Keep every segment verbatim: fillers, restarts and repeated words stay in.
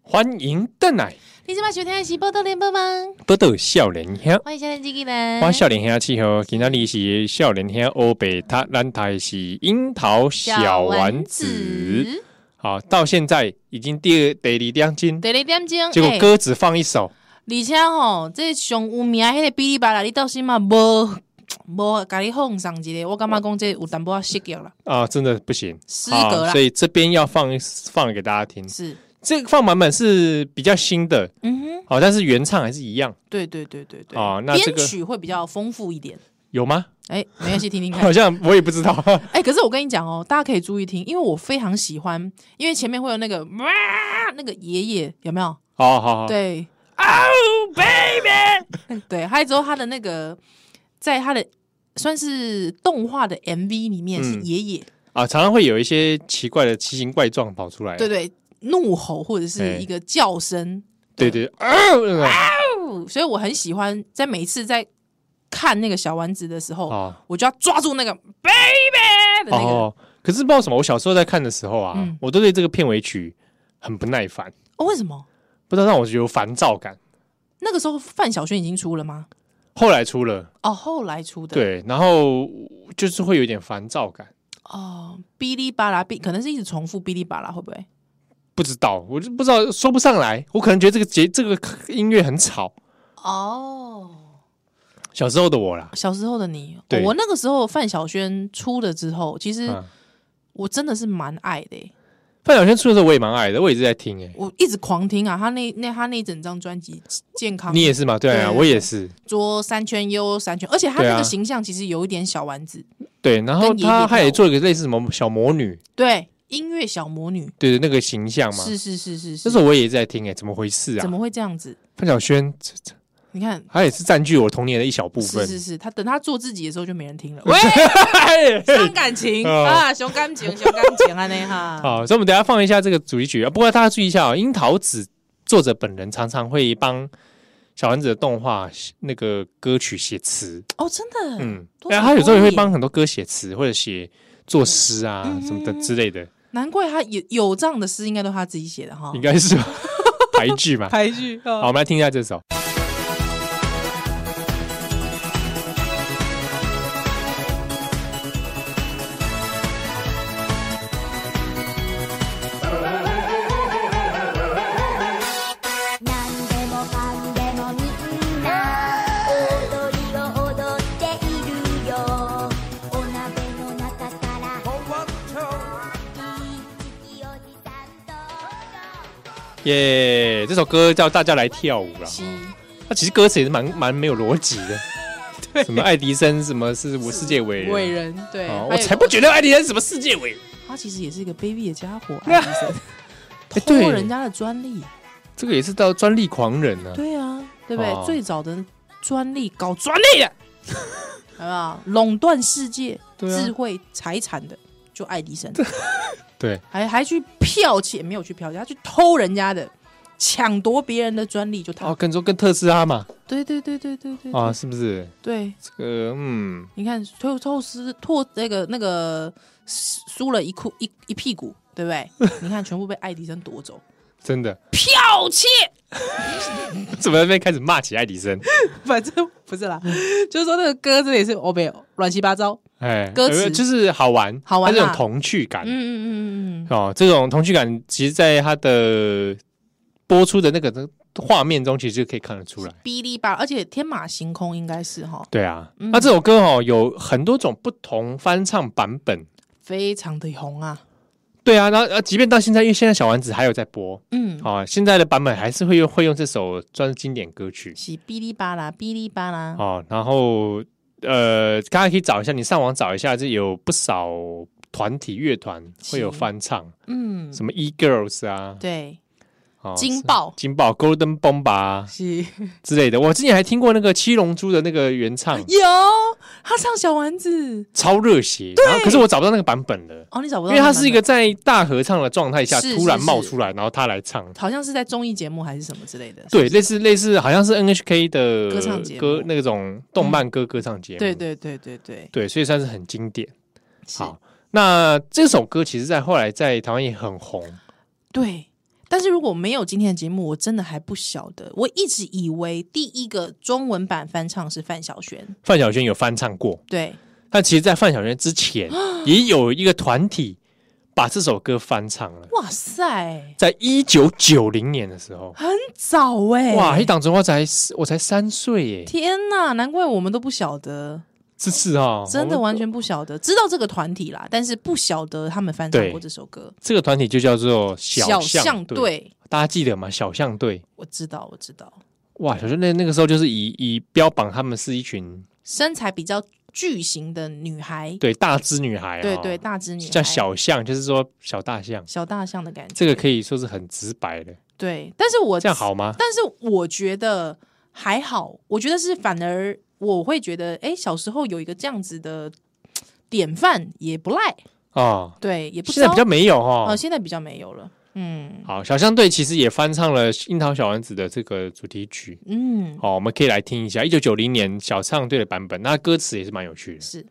欢迎邓来。 你今晚收听的是《报道联播》吗？ 报道少年兄， 欢迎收听这个人。 我少年兄气候，今天你是少年兄欧北，他咱台是樱桃小丸子。好，到现在已经第二第二点钟， 第二点钟， 结果歌只放一首， 而且吼，这上有名迄个哔哩吧啦，你到时嘛无无甲你放上一个，我感觉讲这有淡薄失脚了啊，真的不行， 失格了。 所以这边要放放给大家听。 是这个放版本是比较新的， 嗯哼， 好，但是原唱还是一样。 对对对对对， 哦，那这个编曲会比较丰富一点。 有吗？ 哎、欸，没关系，听听看。 好像我也不知道。 哎、欸，可是我跟你讲哦，大家可以注意听，因为我非常喜欢，因为前面会有那个哇，那个爷爷有没有？ 好好好， 对 ，Oh baby， 对，还有之后他的那个，在他的算是动画的 M V 里面是爷爷、 嗯、啊，常常会有一些奇怪的奇形怪状跑出来， 对对，怒吼或者是一个叫声， 对对，啊、 哦，所以我很喜欢在每次在看那个小丸子的时候，哦、我就要抓住那个 baby 的那个。 哦，可是不知道为什么，我小时候在看的时候啊，嗯、我都对这个片尾曲很不耐烦。 哦，为什么？ 不知道，让我有烦躁感。 那个时候范晓萱已经出了吗？ 后来出了。 哦，后来出的。 对，然后就是会有点烦躁感。 哦，哔哩吧啦，可能是一直重复哔哩吧啦，会不会？ 不知道，我就不知道，说不上来。我可能觉得这个节这个音乐很吵。 哦。 小时候的我啦， 小时候的你，哦、我那个时候范晓萱出了之后，其实我真的是蛮爱的、欸。 范晓萱出的时候，我也蛮爱的，我一直在听哎、欸， 我一直狂听啊，他那那他那整张专辑健康， 你也是吗？对啊，对我也是。 左三圈右三圈，而且他那个形象其实有一点小丸子。 对，然后他他也做了一个类似什么小魔女， 对，音乐小魔女， 对的那个形象嘛。 是是是是是。 那时候我也一直在听哎、欸，怎么回事啊？ 怎么会这样子？ 范晓萱。 你看， 他也是占据我童年的一小部分。 是是是，他等他做自己的时候就没人听了。喂，伤感情啊，熊感情，熊感情啊，那哈。 好，所以我们等一下放一下这个主题曲啊。不过大家注意一下哦，樱桃子作者本人常常会帮小丸子的动画那个歌曲写词。 哦，真的， 嗯，哎，他有时候也会帮很多歌写词或者写作诗啊、嗯、什么的之类的。 难怪他有有这样的诗，应该都是他自己写的哈。 应该是吧，台剧嘛， 台剧。 好，我们来听一下这首。耶、yeah, 这首歌叫大家来跳舞啦。它其实歌词也是蛮蛮没有逻辑的。对，什么爱迪生什么是我世界伟人， 伟人对、哦， 我才不觉得爱迪生是什么世界伟人。 他其实也是一个卑鄙的家伙，爱迪生偷人家的专利， 这个也是到专利狂人啊。 对啊，对不对？哦、最早的专利搞专利的，好不好？垄断世界、啊、智慧财产的就爱迪生。 对， 还还去剽窃，没有去剽窃，他去偷人家的，抢夺别人的专利就他。 哦，跟说跟特斯拉嘛。 对对对对对 对, 對啊，是不是？ 对， 这个嗯， 你看偷偷师拓那个那个输了一裤一一屁股，对不对？你看全部被爱迪生夺走， 真的剽窃。 怎么被开始骂起爱迪生？ 反正不是啦，就是说那个歌这也是欧北乱七八糟。 哎， 歌词就是好玩， 好玩， 它这种童趣感， 嗯嗯嗯嗯嗯， 哦，这种童趣感，其实在它的播出的那个画面中，其实就可以看得出来。 哔哩吧，而且天马行空应该是哈。 对啊，那、嗯啊、这首歌哦有很多种不同翻唱版本， 非常的红啊。 对啊，然后呃，即便到现在，因为现在小丸子还有在播， 嗯， 哦，现在的版本还是会用会用这首算是经典歌曲， 是哔哩吧啦，哔哩吧啦， 哦，然后。呃，大家可以找一下，你上网找一下，这有不少团体乐团会有翻唱，嗯，什么 E Girls 啊， 对，哦、金爆金爆 Golden Bomba 啊是之类的。我之前还听过那个七龙珠的那个原唱， 有他唱小丸子， 超热血。然后可是我找不到那个版本了， 哦，你找不到， 因为他是一个在大合唱的状态下突然冒出来，然后他来唱， 好像是在综艺节目还是什么之类的。 对，类似类似，好像是 N H K 的歌唱节目， 歌那种动漫歌歌唱节目。 对对对对对对，所以算是很经典。好，那这首歌其实在后来在台湾也很红。 对。 但是如果没有今天的节目，我真的还不晓得。我一直以为第一个中文版翻唱是范晓萱， 范晓萱有翻唱过， 对。 但其实，在范晓萱之前，也有一个团体把这首歌翻唱了。 哇塞， 在一九九零年的时候， 很早哎、欸！ 哇，一档中我才我才三岁耶！ 天哪，难怪我们都不晓得。 这是啊， 真的完全不晓得，知道这个团体啦，但是不晓得他们翻唱过这首歌。 这个团体就叫做小象队，大家记得吗？小象队， 我知道，我知道。 哇，小象队那个时候就是以以标榜他们是一群身材比较巨型的女孩， 对，大只女孩， 对对，大只女孩叫小象，就是说小大象， 小大象的感觉。 这个可以说是很直白的， 对。但是我这样好吗？ 但是我觉得还好，我觉得是反而。我会觉得，哎，小时候有一个这样子的典范也不赖啊、哦，对，也不现在比较没有哈、哦呃，现在比较没有了，嗯， 好，小象队其实也翻唱了《樱桃小丸子》的这个主题曲，嗯，好、哦，我们可以来听一下一九九零年小象队的版本，那歌词也是蛮有趣的， 是。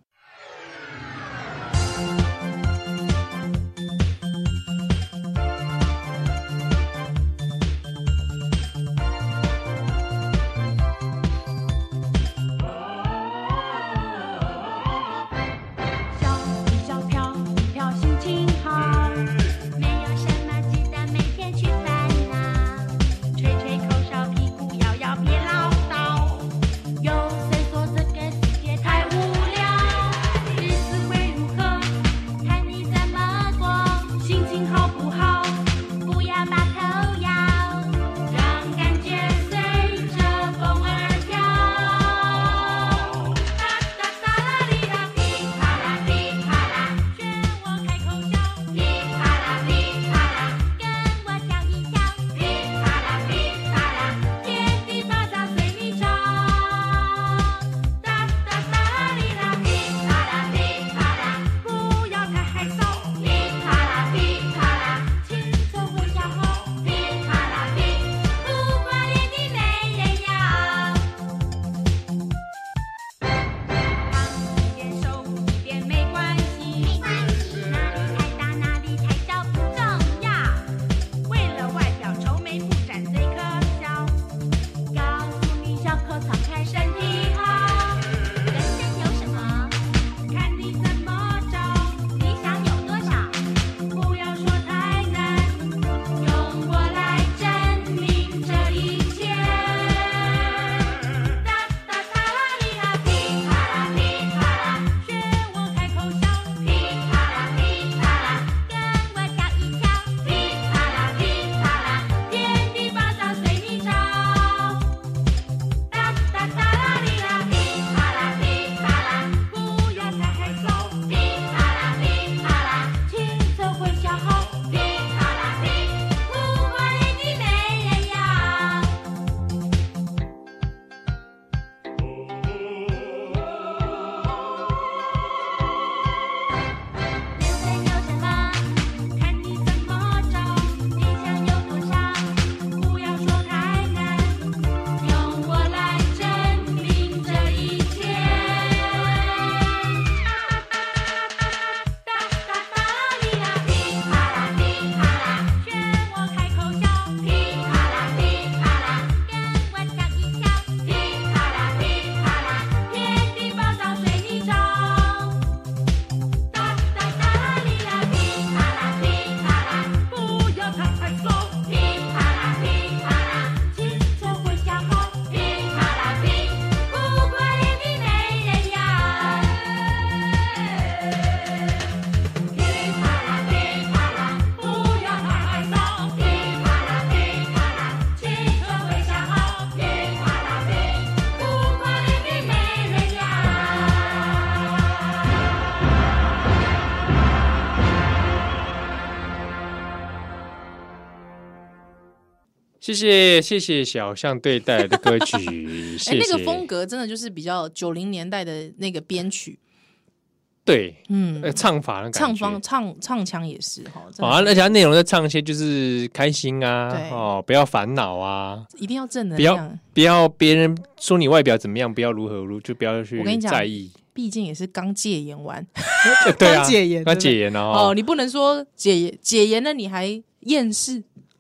谢谢谢谢小象队带来的歌曲，谢谢。 欸、那个风格真的就是比较九零年代的那个编曲， 对，嗯，呃、唱法的感觉， 唱方唱唱腔也是哈， 啊，而且内容在唱一些就是开心啊，哦，不要烦恼啊， 一定要正能量， 不要不要别人说你外表怎么样，不要如何如就不要去在意。 毕竟也是刚戒严完， 对啊， 刚戒严， 刚戒严哦， 哦，你不能说解解严了你还厌世。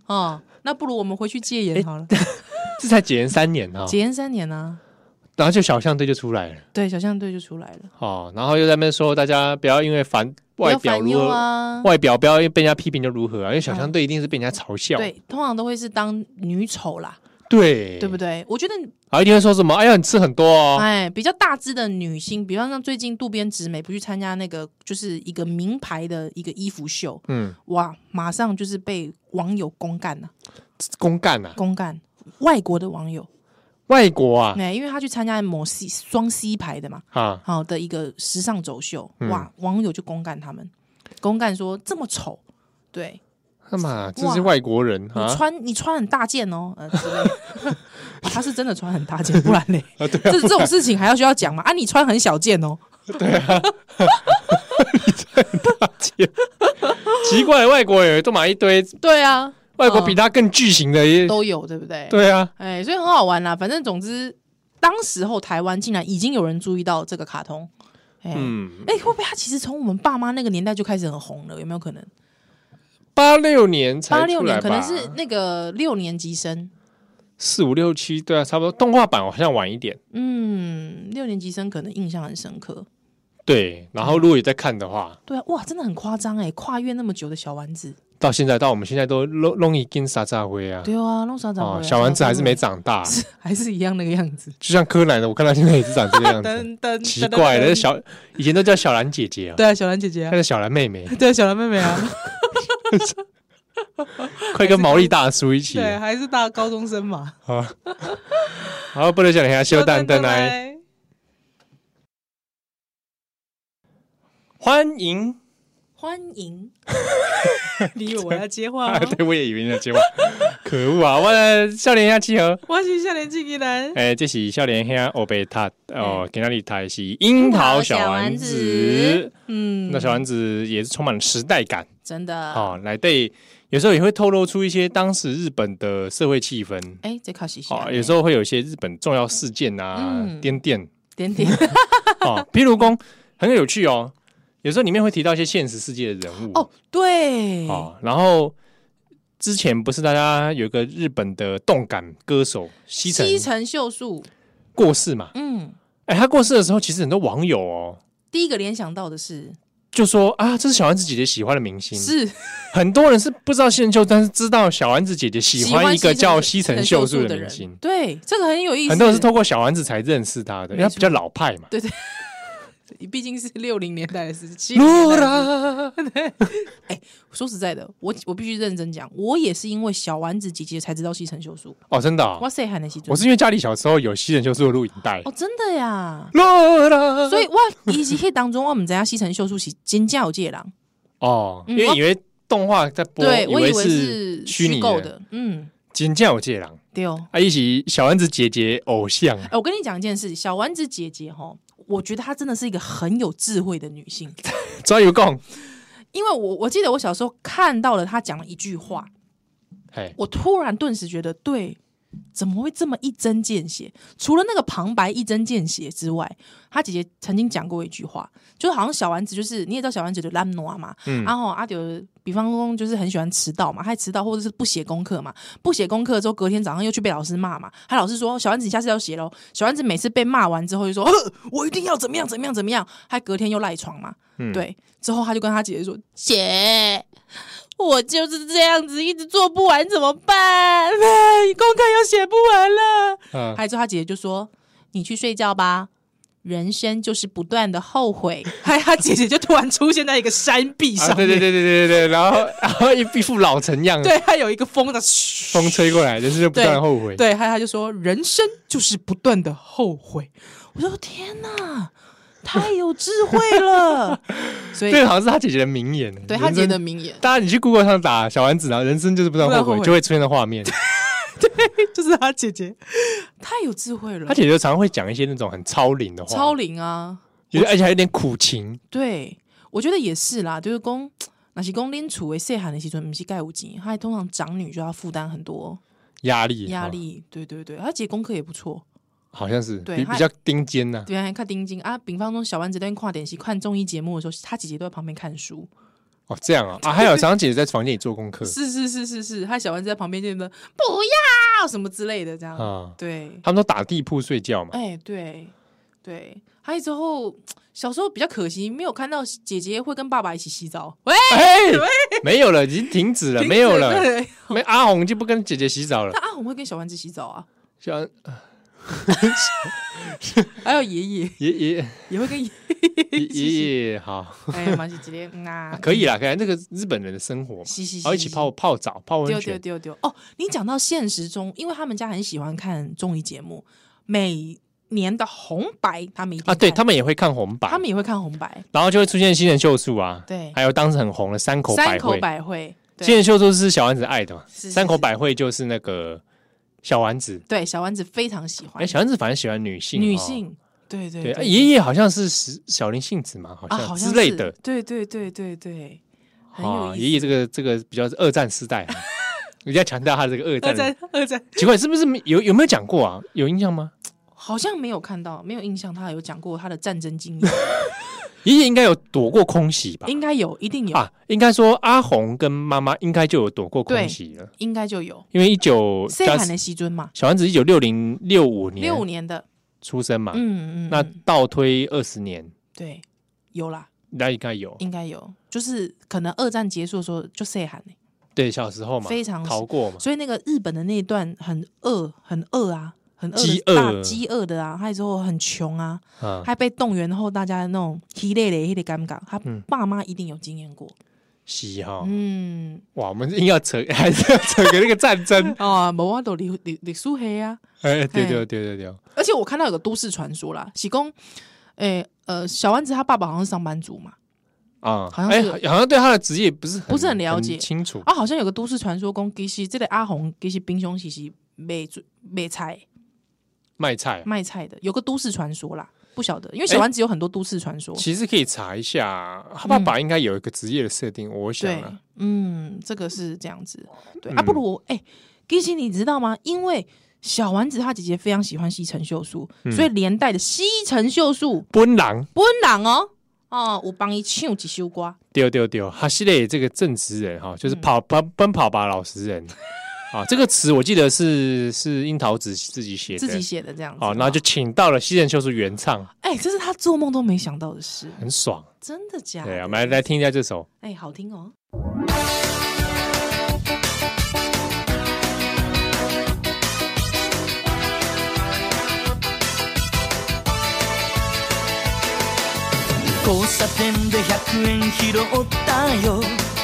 哦，那不如我们回去戒严好了。 这才戒严三年哈， 戒严三年啊， 然后就小象队就出来了。 对，小象队就出来了。 哦，然后又在那边说大家不要因为反外表如何啊，外表不要被人家批评就如何啊，因为小象队一定是被人家嘲笑。 对，通常都会是当女丑啦。 对， 对不对？我觉得啊，一定会说什么？哎呀，你吃很多哦。 哎，比较大只的女星，比方像最近渡边直美不去参加那个，就是一个名牌的一个衣服秀，嗯，哇，马上就是被网友公干了， 公干啊， 公干，外国的网友， 外国啊， 哎，因为他去参加某 C 双 C 牌的嘛，啊，好的一个时尚走秀，嗯、哇，网友就公干他们，公干说这么丑，对。 那嘛，这是外国人， 你穿、啊、你穿很大件哦，呃之类的、啊，他是真的穿很大件，不然嘞，啊对啊、这这种事情还要需要讲吗？啊，你穿很小件哦， 对啊，你穿很大件，奇怪，外国人都买一堆， 对啊， 外国比他更巨型的也、 嗯、都有，对不对？ 对啊， 哎，所以很好玩啦。反正总之，当时候台湾竟然已经有人注意到这个卡通，哎，嗯，哎，会不会他其实从我们爸妈那个年代就开始很红了？有没有可能？ 八六年才出来吧， 八六年可能是那个六年级生， 四五六七，对啊，差不多。动画版好像晚一点， 嗯，六年级生可能印象很深刻。 对，然后如果也在看的话， 对啊，哇，真的很夸张哎，跨越那么久的小丸子， 到现在到我们现在都弄弄一根沙扎灰啊， 对啊，弄沙扎灰、啊， 小丸子还是没长大， 是还是一样那个样子， 就像柯南的，我看到现在也是长这个样子，噔噔奇怪的，小以前都叫小兰姐姐啊， 对啊，小兰姐姐啊， 现在小兰妹妹， 对、啊，小兰妹妹啊。 快跟毛利大叔一起， 对，还是大高中生嘛。 好，好，不能讲一下修蛋蛋来，欢迎， 欢迎。你以为我要接话、哦？ 对，我也以为你要接话。可恶啊！我的少年兄契合， 我是少年纪纪人。 哎、欸，这是少年兄欧贝塔哦，今天里台是樱桃小丸子。嗯，那小丸子也是充满了时代感， 真的。 好、哦，来对。有时候也会透露出一些当时日本的社会气氛， 哎、欸，这靠西西、啊。 有时候会有一些日本重要事件啊，点、嗯、点点点， 哦，譬如说很有趣哦。有时候里面会提到一些现实世界的人物哦，对， 哦，然后之前不是大家有一个日本的动感歌手西城西城秀树过世嘛？嗯，哎、欸，他过世的时候，其实很多网友哦， 第一个联想到的是。 就说啊，这是小丸子姐姐喜欢的明星， 是很多人是不知道西城秀，但是知道小丸子姐姐喜欢一个叫西城秀树的明星。 对，这个很有意思。 很多人是透过小丸子才认识他的，因为他比较老派嘛。 对对，毕竟是六零年代的事，七零年代的事。哎，说实在的，我我必须认真讲，我也是因为小丸子姐姐才知道西城秀树。 哦，真的、哦？ 哇塞，还能西我是因为家里小时候有西城秀树的录影带。 哦，真的呀。所以我以前迄当中，我唔知道西城秀树是真正有这个人。 哦，因为以为动画在播， 对， 以我以为是虚构的。嗯， 真正有这个人。 对哦， 啊，一起小丸子姐姐偶像。 哎，我跟你讲一件事，小丸子姐姐哈。我觉得她真的是一个很有智慧的女性， 专有讲， 因为我我记得我小时候看到了她讲了一句话，我突然顿时觉得，对，怎么会这么一针见血？除了那个旁白一针见血之外，她姐姐曾经讲过一句话，就是好像小丸子就是你也知道小丸子就懒惰嘛，嗯、然后阿丢比方说就是很喜欢迟到嘛，还迟到或者是不写功课嘛，不写功课之后隔天早上又去被老师骂嘛，他老师说小丸子你下次要写咯，小丸子每次被骂完之后就说我一定要怎么样怎么样怎么样，还隔天又赖床嘛，嗯、对，之后他就跟他姐姐说姐。我就是这样子，一直做不完怎么办？功课又写不完了。嗯，还之后他姐姐就说：“你去睡觉吧，人生就是不断的后悔。”还他姐姐就突然出现在一个山壁上面，啊、 对对对对对对，然后然后一一副老成样， 对，还有一个风的风吹过来，人生就不断的后悔。 对，还他就说：“人生就是不断的后悔。”我说：“天哪！”太有智慧了，所以这好像是他姐姐的名言。 对，他姐姐的名言， 大家你去 Google 上打小丸子，然后人生就是不断后悔，就会出现的画面。 对，就是他姐姐，太有智慧了。 他姐姐常常会讲一些那种很超龄的话， 超龄啊， 而且还有点苦情。 对，我觉得也是啦，就是公那是公拎处为细汉的时阵，不是盖五级，他通常长女就要负担很多压力， 压力。对对对，他姐功课也不错。 好像是比比较顶尖呐、啊， 对，还看丁金啊。比方说小丸子在看电视、看综艺节目的时候，他姐姐都在旁边看书。 哦，这样啊，啊，还有常常姐姐在房间里做功课， 是是是是是，还小丸子在旁边就说不要什么之类的，这样啊，对， 他们都打地铺睡觉嘛， 哎，对对，还有之后小时候比较可惜，没有看到姐姐会跟爸爸一起洗澡，喂， 没有了，已经停止了，没有了，没阿红就不跟姐姐洗澡了， 那阿红会跟小丸子洗澡啊， 小丸。 还有爷爷， 爷爷也会跟爷爷爷爷好， 哎，蛮是直接那可以啦，可以。那个日本人的生活嘛，然后一起泡泡澡、泡温泉， 丢丢丢丢。哦，你讲到现实中，因为他们家很喜欢看综艺节目，每年的红白他们一定啊，对他们也会看红白， 他们也会看红白， 然后就会出现新人秀树啊， 对， 还有当时很红的山口百惠， 山口百惠， 新人秀树是小丸子爱的嘛，山口百惠就是那个。小丸子对小丸子非常喜欢， 哎，小丸子反正喜欢女性， 女性，对对对，爷爷好像是小林幸子嘛，好像之类的， 对对对对对，很有意思。 爷爷这个这个比较二战时代，人家强调他这个二战， 二战二战， 奇怪是不是有有没有讲过啊？有印象吗？ 好像没有看到，没有印象，他有讲过他的战争经验。 爷爷应该有躲过空袭吧？ 应该有，一定有啊！应该说阿红跟妈妈应该就有躲过空袭了， 应该就有， 因为一九谁喊的西尊嘛， 小丸子一九六零六五年六五年的出生嘛， 嗯嗯， 那倒推二十年， 对，有啦， 那应该有， 应该有，就是可能二战结束的时候就谁喊呢？对， 小时候嘛， 非常逃过嘛， 所以那个日本的那一段很饿，很饿啊。很饥饿， 饥饿的啊，还之后很穷啊，啊还被动员后，大家那种疲累累、的尴尬，他爸妈一定有经验过。 是哈， 嗯， 哇，我们硬要扯，还是要扯个那个战争啊，无法度历历历史黑啊， 哎，对对对对对。 而且我看到有个都市传说啦，喜公，哎呃，小丸子他爸爸好像是上班族嘛， 啊， 好像是， 好像对他的职业不是不是很了解清楚啊，好像有个都市传说，讲其实这个阿红其实冰箱其实卖卖菜。 卖菜、啊、 卖菜的有个都市传说啦，不晓得，因为小丸子有很多都市传说、 欸。其实可以查一下，他爸爸应该有一个职业的设定，嗯、我想、啊。 嗯，这个是这样子。对、嗯、啊，不如哎、欸，其实你知道吗？因为小丸子他姐姐非常喜欢西城秀树、嗯，所以连带的西城秀树奔狼奔狼哦哦，我帮你唱几首歌。 丢丢丢，哈西嘞这个正直人哈，就是跑奔、嗯、奔跑吧老实人。啊，这个词我记得是是樱桃子自己写的， 自己写的这样子。 好，然后就请到了西城秀树原唱。 哎、欸，这是他做梦都没想到的事， 很爽， 真的假的？ 对啊，我们来来听一下这首。 哎、欸，好听哦。 交差点で百円拾ったよ。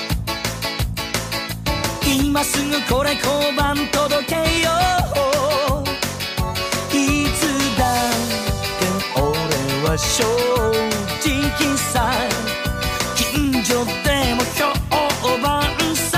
今すぐこれ交番届けよう。いつだって俺は正直さ。近所でも評判さ。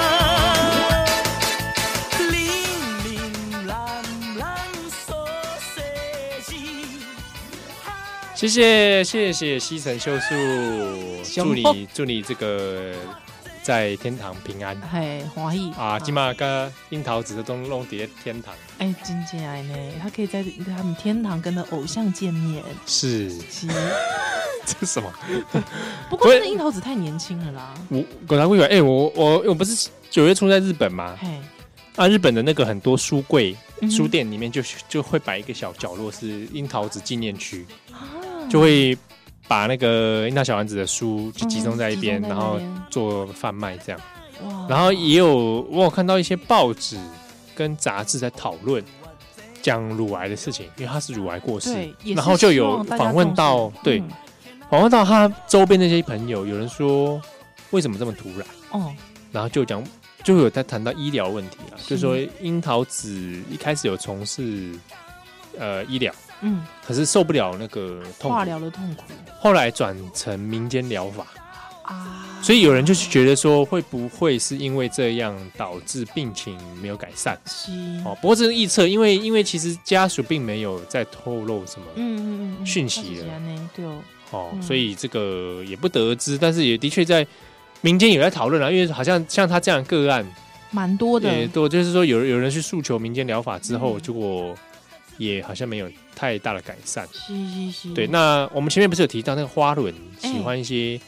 リンリンランランソーセージ。 谢谢谢谢西城秀树，祝你祝你这个。在天堂平安， 嘿，欢喜啊！今嘛跟樱桃子都弄在天堂， 哎、欸，真正爱呢，他可以在他们天堂跟的偶像见面， 是是，这是什么？ 不过真的樱桃子太年轻了啦。 我果然会以为，哎，我我我不是九月初在日本吗？啊，日本的那个很多书柜、嗯、书店里面就就会摆一个小角落是樱桃子纪念区、啊，就会。把那个樱桃小丸子的书就集中在一边、嗯，然后做贩卖这样。然后也有我有看到一些报纸跟杂志在讨论讲乳癌的事情，因为他是乳癌过世，然后就有访问到，对，访、嗯、问到他周边那些朋友，有人说为什么这么突然？哦，然后就讲就有在谈到医疗问题啊，就是说樱桃子一开始有从事呃医疗。嗯，可是受不了那个痛苦化疗的痛苦， 后来转成民间疗法啊，所以有人就是觉得说，会不会是因为这样导致病情没有改善？是哦，不过这是臆测，因为因为其实家属并没有在透露什么嗯嗯讯息了， 对哦， 哦、嗯，所以这个也不得而知，但是也的确在民间有在讨论啊，因为好像像他这样的个案蛮多的， 也多，就是说有有人去诉求民间疗法之后，嗯、结果。也好像没有太大的改善， 是是是。 对，那我们前面不是有提到那个花轮喜欢一些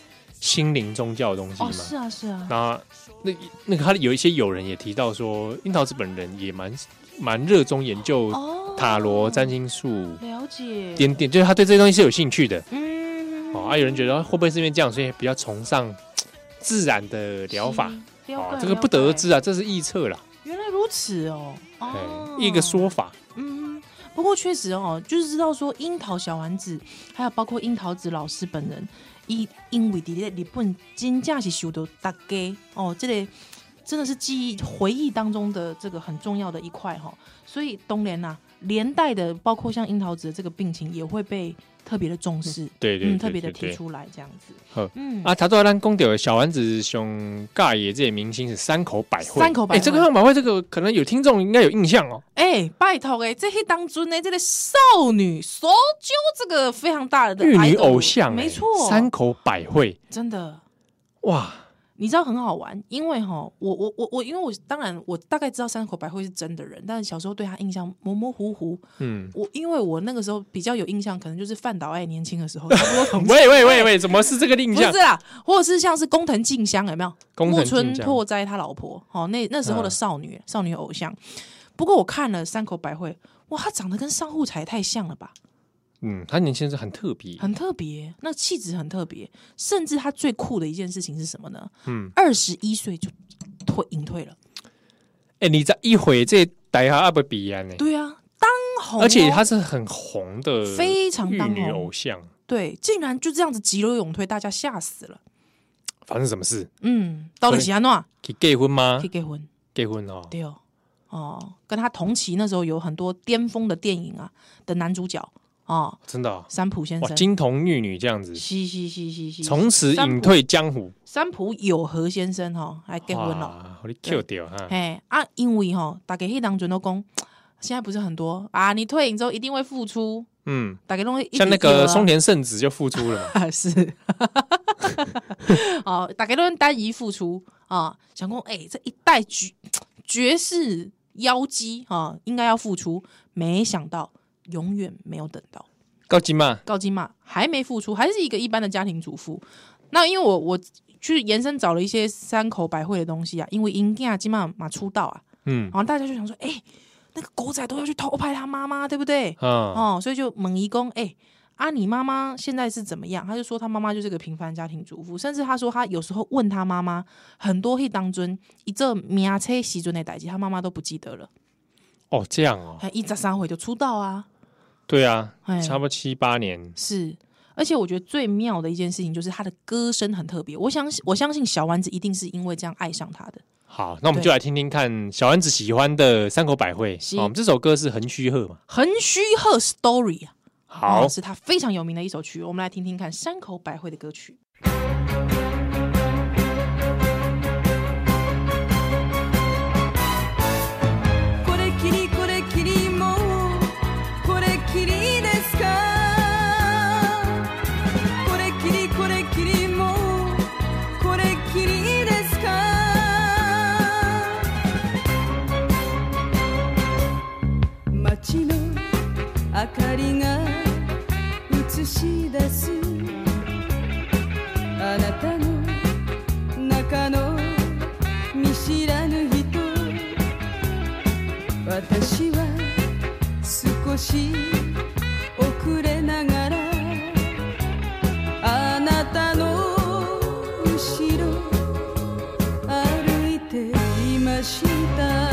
心灵宗教的东西嘛。 哦，是啊，是啊。 那那那个他有一些友人也提到说，樱桃子本人也蛮蛮热衷研究塔罗、占星术， 了解点点，就是他对这些东西是有兴趣的。 嗯， 哦，啊，有人觉得会不会是因为这样，所以比较崇尚自然的疗法？哦，这个不得而知啊，这是臆测啦。 原来如此哦， 哦，一个说法。 嗯，不过确实哦，就是知道说樱桃小丸子，还有包括樱桃子老师本人，因因为在日本真正是受到大家哦，这个真的是记忆回忆当中的这个很重要的一块哈、哦，所以当然呐，连带的包括像樱桃子的这个病情也会被特别的重视， 对 对, 对, 对, 对, 对、嗯， 特别的提出来这样子。 好，嗯啊，他都咱讲到小丸子上尬野这些明星是山口百惠， 山口百惠， 哎、欸，这个山口百惠这个可能有听众应该有印象哦。 哎、欸，拜托哎、欸，这些当中呢，这个少女所就这个非常大的玉女偶像、欸， 没错， 山口百惠， 真的哇。 你知道很好玩，因为哈，我我我我，因为我当然我大概知道山口百惠是真的人，但是小时候对他印象模模糊糊。嗯，我因为我那个时候比较有印象，可能就是饭岛爱年轻的时候，差不多喂喂喂喂，怎么是这个印象？ 不是啦，或者是像是工藤静香有没有？ 木村拓哉他老婆，哦，那那时候的少女、嗯、少女偶像。不过我看了山口百惠，哇，她长得跟上户彩太像了吧？ 嗯，他年轻时很特别， 很特别，那气质很特别，甚至他最酷的一件事情是什么呢？ 嗯， 二十一岁就退隐退了。 哎、欸，你这一回这大下阿不比呀呢？ 对啊，当红、哦， 而且他是很红的， 非常当红玉女偶像。 对，竟然就这样子急流勇退，大家吓死了。 发生什么事？ 嗯，到底是安怎？ 可以结婚吗？ 可以结婚， 结婚哦。 对哦，哦，跟他同期那时候有很多巅峰的电影啊的男主角。哦， 真的、哦， 三浦先生， 金童玉女这样子， 是是是是是， 从此隐退江湖。 三浦友和先生哈、哦，还结婚了， 我你 Q 掉哈。 嘿啊，因为哈、哦，大家迄当阵都讲，现在不是很多啊，你退隐之后一定会付出，嗯，大家都会像那个松田圣子就付出了嘛， 是，哦，大家都单一付出啊，想说哎、欸，这一代绝绝世妖姬啊，应该要付出，没想到。永远没有等到高金嘛， 高金嘛还没付出，还是一个一般的家庭主妇。那因为我我去延伸找了一些山口百惠的东西啊，因为因囝金嘛嘛出道啊，嗯，然后大家就想说，哎、欸，那个狗仔都要去偷拍他妈妈，对不对？嗯、哦，所以就问伊讲，哎、欸，啊，你妈妈现在是怎么样？他就说他妈妈就是个平凡家庭主妇，甚至他说他有时候问他妈妈很多迄当中一这名册时阵的代志，他妈妈都不记得了。 哦，这样哦， 一十三岁就出道啊。 对啊，差不多七八年是，而且我觉得最妙的一件事情就是他的歌声很特别。我相信，我相信小丸子一定是因为这样爱上他的。 好，那我们就来听听看小丸子喜欢的山口百惠。好，我们这首歌是横须贺嘛？ 横须贺 Story 啊， 好、 哦，是他非常有名的一首曲。我们来听听看山口百惠的歌曲。 明かりが映し出すあなたの中の見知らぬ人私は少し遅れながらあなたの後ろ歩いていました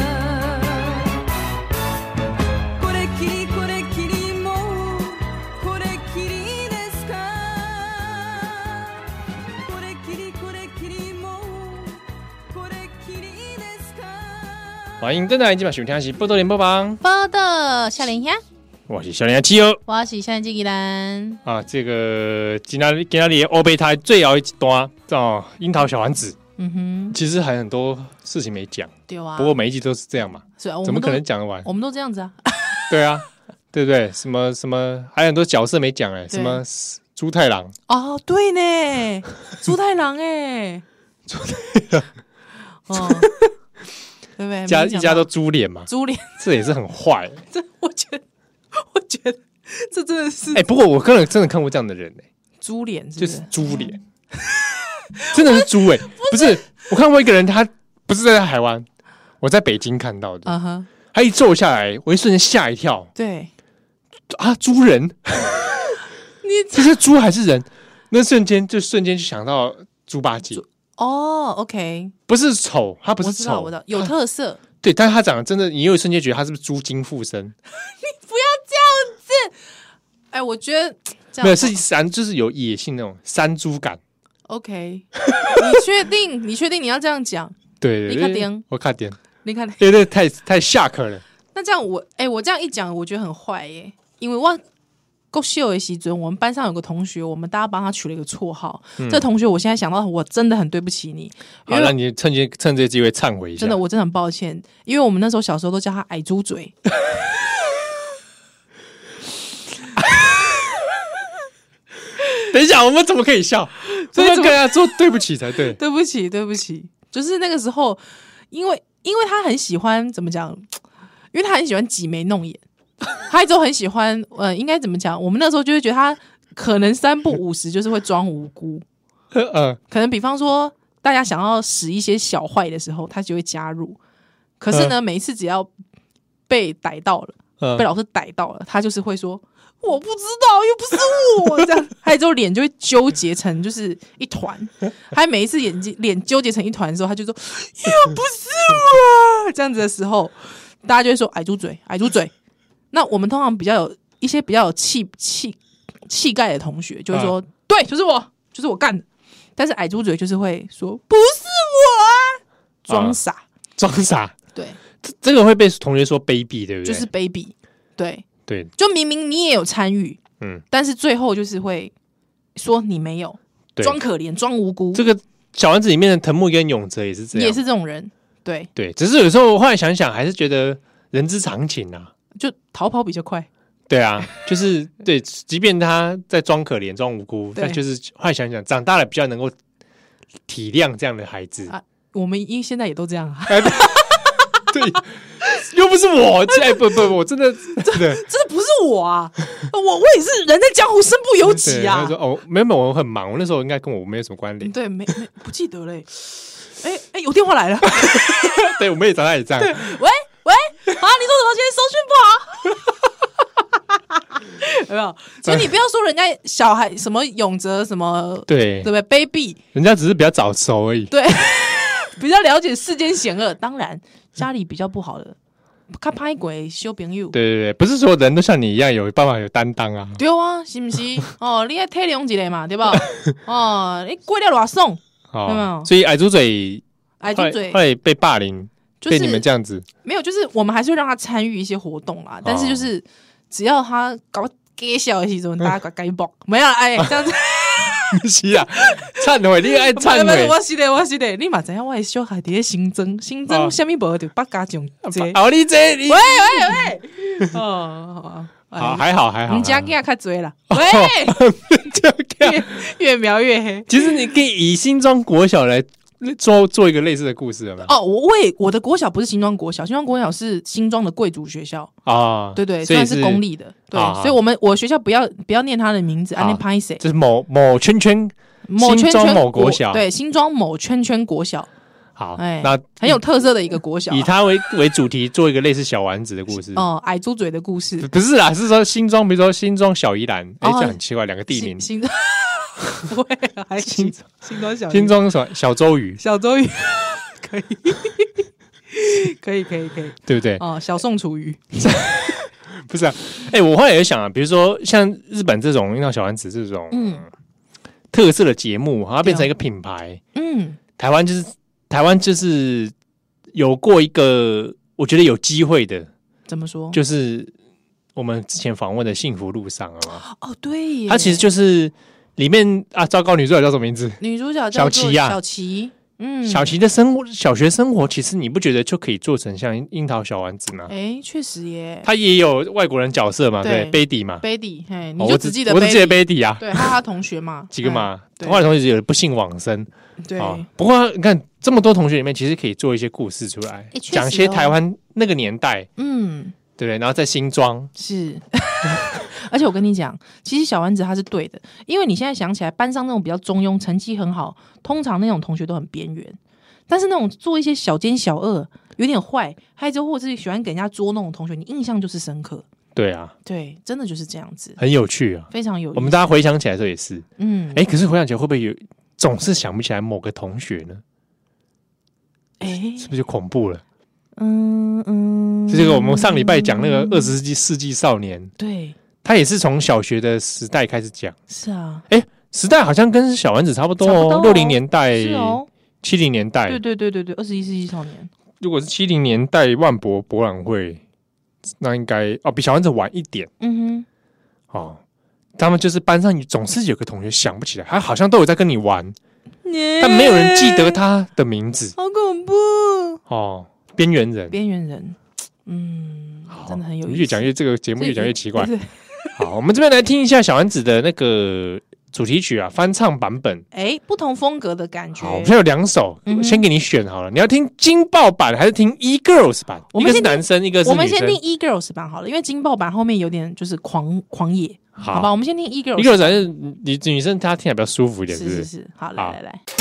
欢迎登来今晚收听的是报道联播榜， 报道少年兄， 我是少年七哦， 我是少年机器人啊。这个今天今天的欧贝台最后一段哦，樱桃小丸子，嗯哼，其实还有很多事情没讲， 对啊。 不过每一集都是这样嘛， 是啊， 怎么可能讲得完？ 我们都这样子啊， 对啊，对不对？什么什么，还有很多角色没讲哎，什么猪太郎哦，对呢，猪太郎哎， 猪太郎， 哦。对不对？ 家一家都猪脸嘛， 猪脸， 这也是很坏。 这我觉得，我觉得这真的是哎、欸。不过我个人真的看过这样的人哎、欸， 猪脸就是猪脸， 真的是猪哎、欸，不是我看过一个人，他不是在台湾，我在北京看到的， uh-huh. 他一坐下来，我一瞬间吓一跳， 对啊，猪人， 你这是猪还是人？那瞬间就瞬间就想到猪八戒哦 ，OK， 不是丑，他不是丑， 我知道有特色， 对，但是他长得真的，你有一瞬间觉得他是不是猪精附身？ 你不要这样子，哎，我觉得这样没有是山，就是有野性那种山猪感。 OK， 你确定？你确定你要这样讲？ 对，对， 你看点， 我看点， 你看， 对对，太太下课了。 那这样我，哎，我这样一讲，我觉得很坏耶，因为我够秀的时阵，我们班上有个同学，我们大家帮他取了一个绰号。嗯、这个同学，我现在想到，我真的很对不起你。 好，那你趁机趁这个机会忏悔一下。 真的，我真的很抱歉，因为我们那时候小时候都叫他矮猪嘴。 等一下，我们怎么可以笑？所以跟他说对不起才对。 对不起，对不起，就是那个时候，因为因为他很喜欢怎么讲？因为他很喜欢挤眉弄眼，他一直很喜欢，呃，应该怎么讲？我们那时候就会觉得他可能三不五时就是会装无辜，呃，可能比方说大家想要使一些小坏的时候，他就会加入。可是呢，呃、每一次只要被逮到了，呃、被老师逮到了，他就是会说。我不知道，又不是我这样，还有之后脸就会纠结成就是一团，还每一次眼睛脸纠结成一团的时候，他就说又不是我这样子的时候，大家就会说矮猪嘴，矮猪嘴。那我们通常比较有一些比较有气气气概的同学，就会说、啊、对，就是我，就是我干的。但是矮猪嘴就是会说不是我啊，装傻， 装、啊、傻， 对， 这这个会被同学说卑鄙，对不对？ 就是卑鄙，对。 对， 就明明你也有参与，嗯，但是最后就是会说你没有，装可怜，装无辜。 这个小丸子里面的藤木跟永泽也是这样， 也是这种人，对对。只是有时候我后来想想，还是觉得人之常情啊， 就逃跑比较快。 对啊，就是对，即便他在装可怜、装无辜，但就是后来想想，长大了比较能够体谅这样的孩子啊。 我们因现在也都这样啊。 对，又不是我，哎，不不，我真的真的真的不是我啊，我我也是人在江湖身不由己啊。 他说哦，没有没有，我很忙，我那时候应该跟我没有什么关联。 对，没没不记得嘞。哎哎，有电话来了。 对，我们也长大也这样。 喂喂，啊，你说什么？今天收讯不好。有没有？所以你不要说人家小孩什么永泽什么， 对对不对？卑鄙， 人家只是比较早熟而已。 对，比较了解世间险恶，当然。家里比较不好的，看拍鬼修朋友。对对对，不是所有人都像你一样有办法有担当啊。 对啊，是不是？哦，你要体谅一下嘛，对吧？哦，你过了偌爽， 哦、有没有？所以矮猪嘴， 矮猪嘴后来被霸凌， 就是被你们这样子。 没有，就是我们还是会让他参与一些活动啦，但是就是只要他搞给小的时候，大家该爆没有哎，这样子。 是啊，忏悔，你爱忏悔。 我是的，我是的，你嘛知影我的小孩伫咧新增，新增什么无就八家将这。 哦，你这， 喂喂喂，哦， 好，还好还好。 你家囝较多啦，喂，越越描越黑。 其实你可以以新庄国小来做做一个类似的故事，有没有？ 哦，我为我的国小不是新庄国小，新庄国小是新庄的贵族学校啊，对对，虽然是公立的，对，所以我们我学校不要不要念他的名字，啊，念拍谁？ 这是某某圈圈， 某圈圈某国小， 对，新庄某圈圈国小。 好，哎，那很有特色的一个国小， 以它为为主题做一个类似小丸子的故事。 哦，矮猪嘴的故事不是啦，是说新庄，比如说新庄小宜兰，哎，这很奇怪，两个地名。 新庄。不会，还新新庄小新庄小小周瑜， 小周瑜可以，可以，可以，可以， 对不对？ 哦，小宋楚瑜不是啊？哎、欸，我后来也想啊，比如说像日本这种像小丸子这种嗯特色的节目，它变成一个品牌，嗯，台湾就是台湾就是有过一个我觉得有机会的， 怎么说？ 就是我们之前访问的《幸福路上》啊， 哦，对耶， 它其实就是。里面啊，糟糕，女主角叫什么名字？ 女主角小琪呀， 小琪。嗯， 小琪的生活，小学生活，其实你不觉得就可以做成像樱桃小丸子吗？ 哎、欸，确实耶。 他也有外国人角色嘛，对，贝蒂嘛， 贝蒂，嘿，你就只记得， 我只记得贝蒂啊， 对，还有他同学嘛， 几个嘛，后来同学有的不幸往生， 对、 哦。不过你看这么多同学里面，其实可以做一些故事出来，讲、欸、些台湾那个年代，嗯。 对不对？然后在新庄是，而且我跟你讲，其实小丸子他是对的，因为你现在想起来，班上那种比较中庸、成绩很好，通常那种同学都很边缘，但是那种做一些小奸小恶、有点坏，还有或者是喜欢给人家捉弄的同学，你印象就是深刻。 对啊， 对，真的就是这样子， 很有趣啊， 非常有意思。 我们大家回想起来的时候也是， 嗯， 哎，可是回想起来会不会有总是想不起来某个同学呢？哎，是不是就恐怖了？ 嗯嗯， 这个我们上礼拜讲那个二十世纪世纪少年， 对， 他也是从小学的时代开始讲。 是啊， 哎，时代好像跟小丸子差不多哦，六零年代， 是哦， 七零年代， 对对对对对，二十一世纪少年。 如果是七零年代万博博览会。那应该哦，比小丸子晚一点。 嗯哼，哦，他们就是班上总是有个同学想不起来，他好像都有在跟你玩，但没有人记得他的名字， 好恐怖哦，边缘人， 边缘人，嗯，真的很有意思。 越讲越这个节目越讲越奇怪。好，我们这边来听一下小丸子的那个主题曲啊，翻唱版本， 哎，不同风格的感觉。 好，我们现在有两首，嗯、先给你选好了，你要听惊爆版还是听 E-Girls 版？ 我们一个是男生，一个是女生。 我们先听 E-Girls 版好了，因为惊爆版后面有点就是狂狂野，好, 好吧？我们先听 E-Girls。 E-Girls 还是女女生，她听起来比较舒服一点，是不是？ 是是是，好，来来来。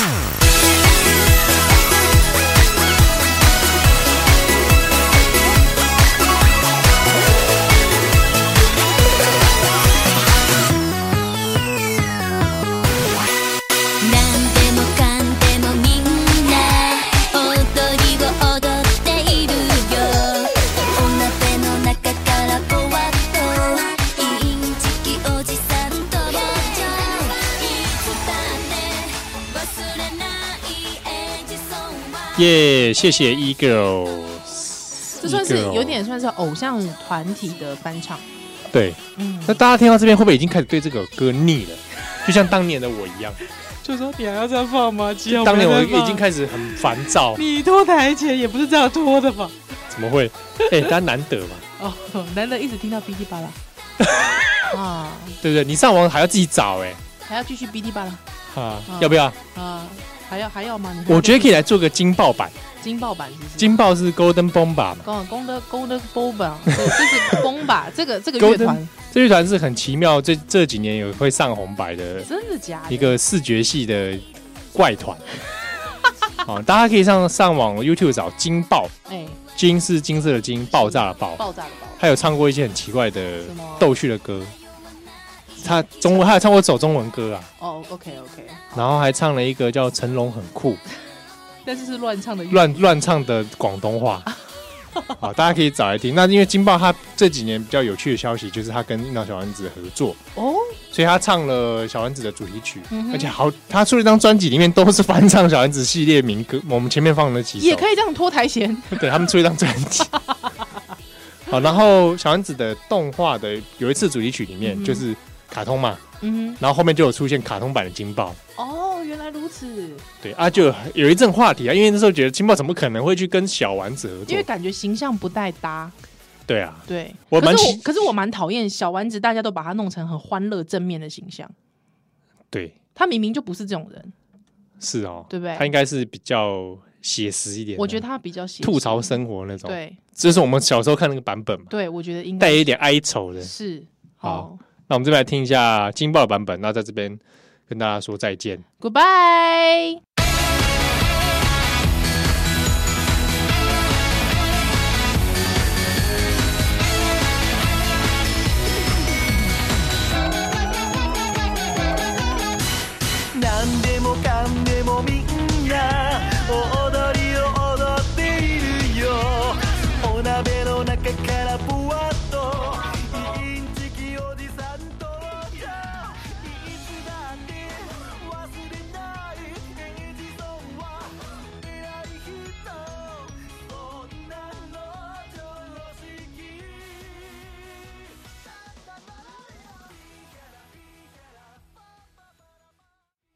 耶、yeah, 谢谢 E-Girls， 这算是有点算是偶像团体的翻唱。 对，嗯，那大家听到这边会不会已经开始对这个歌腻了？就像当年的我一样， 就说你还要再放吗？ 当年我已经开始很烦躁。 你拖台前也不是这样拖的吧？ 怎么会？哎、欸，大家难得嘛。 哦，难得一直听到哔哩吧啦。 啊，对不对？你上网还要自己找哎、欸， 还要继续哔哩吧啦。 啊，啊要不要？啊。 还要还要吗？你我觉得可以来做个惊爆版。 惊爆版是不是？ 惊爆是 Golden Bomba 嘛 ？Golden Golden Bomba， 这是 Bomba 这个这个乐团， 这乐团是很奇妙，这这几年有会上红白的， 真的假的？ 一个视觉系的怪团。好，大家可以上上网 YouTube 找惊爆，哎、欸，金是金色的金，爆炸的爆， 爆炸的爆。 还有唱过一些很奇怪的逗趣的歌。他中文，他还唱过首中文歌啊。 哦、oh, ，OK OK。 然后还唱了一个叫《成龙很酷》， 但是是乱唱的， 乱乱唱的广东话。好，大家可以找来听。那因为金爆他这几年比较有趣的消息，就是他跟樱桃小丸子合作哦，所以他唱了小丸子的主题曲，嗯、而且好，他出了一张专辑，里面都是翻唱小丸子系列民歌。我们前面放了几首， 也可以这样拖台前。 对，他们出一张专辑。好，然后小丸子的动画的有一次主题曲里面、嗯、就是卡通嘛，嗯，然后后面就有出现卡通版的金爆。 哦，原来如此。 对啊，就有一阵话题啊，因为那时候觉得金爆怎么可能会去跟小丸子合作？ 因为感觉形象不太搭。 对啊， 对， 我蛮可是我可是我蛮讨厌小丸子，大家都把他弄成很欢乐正面的形象。 对， 他明明就不是这种人。 是哦， 对不对？ 他应该是比较写实一点， 我觉得他比较写实， 吐槽生活那种。 对， 这是我们小时候看那个版本嘛。 对，我觉得应该带一点哀愁的。 是， 好，那我们这边来听一下金爆的版本，那在这边跟大家说再见 ，Goodbye。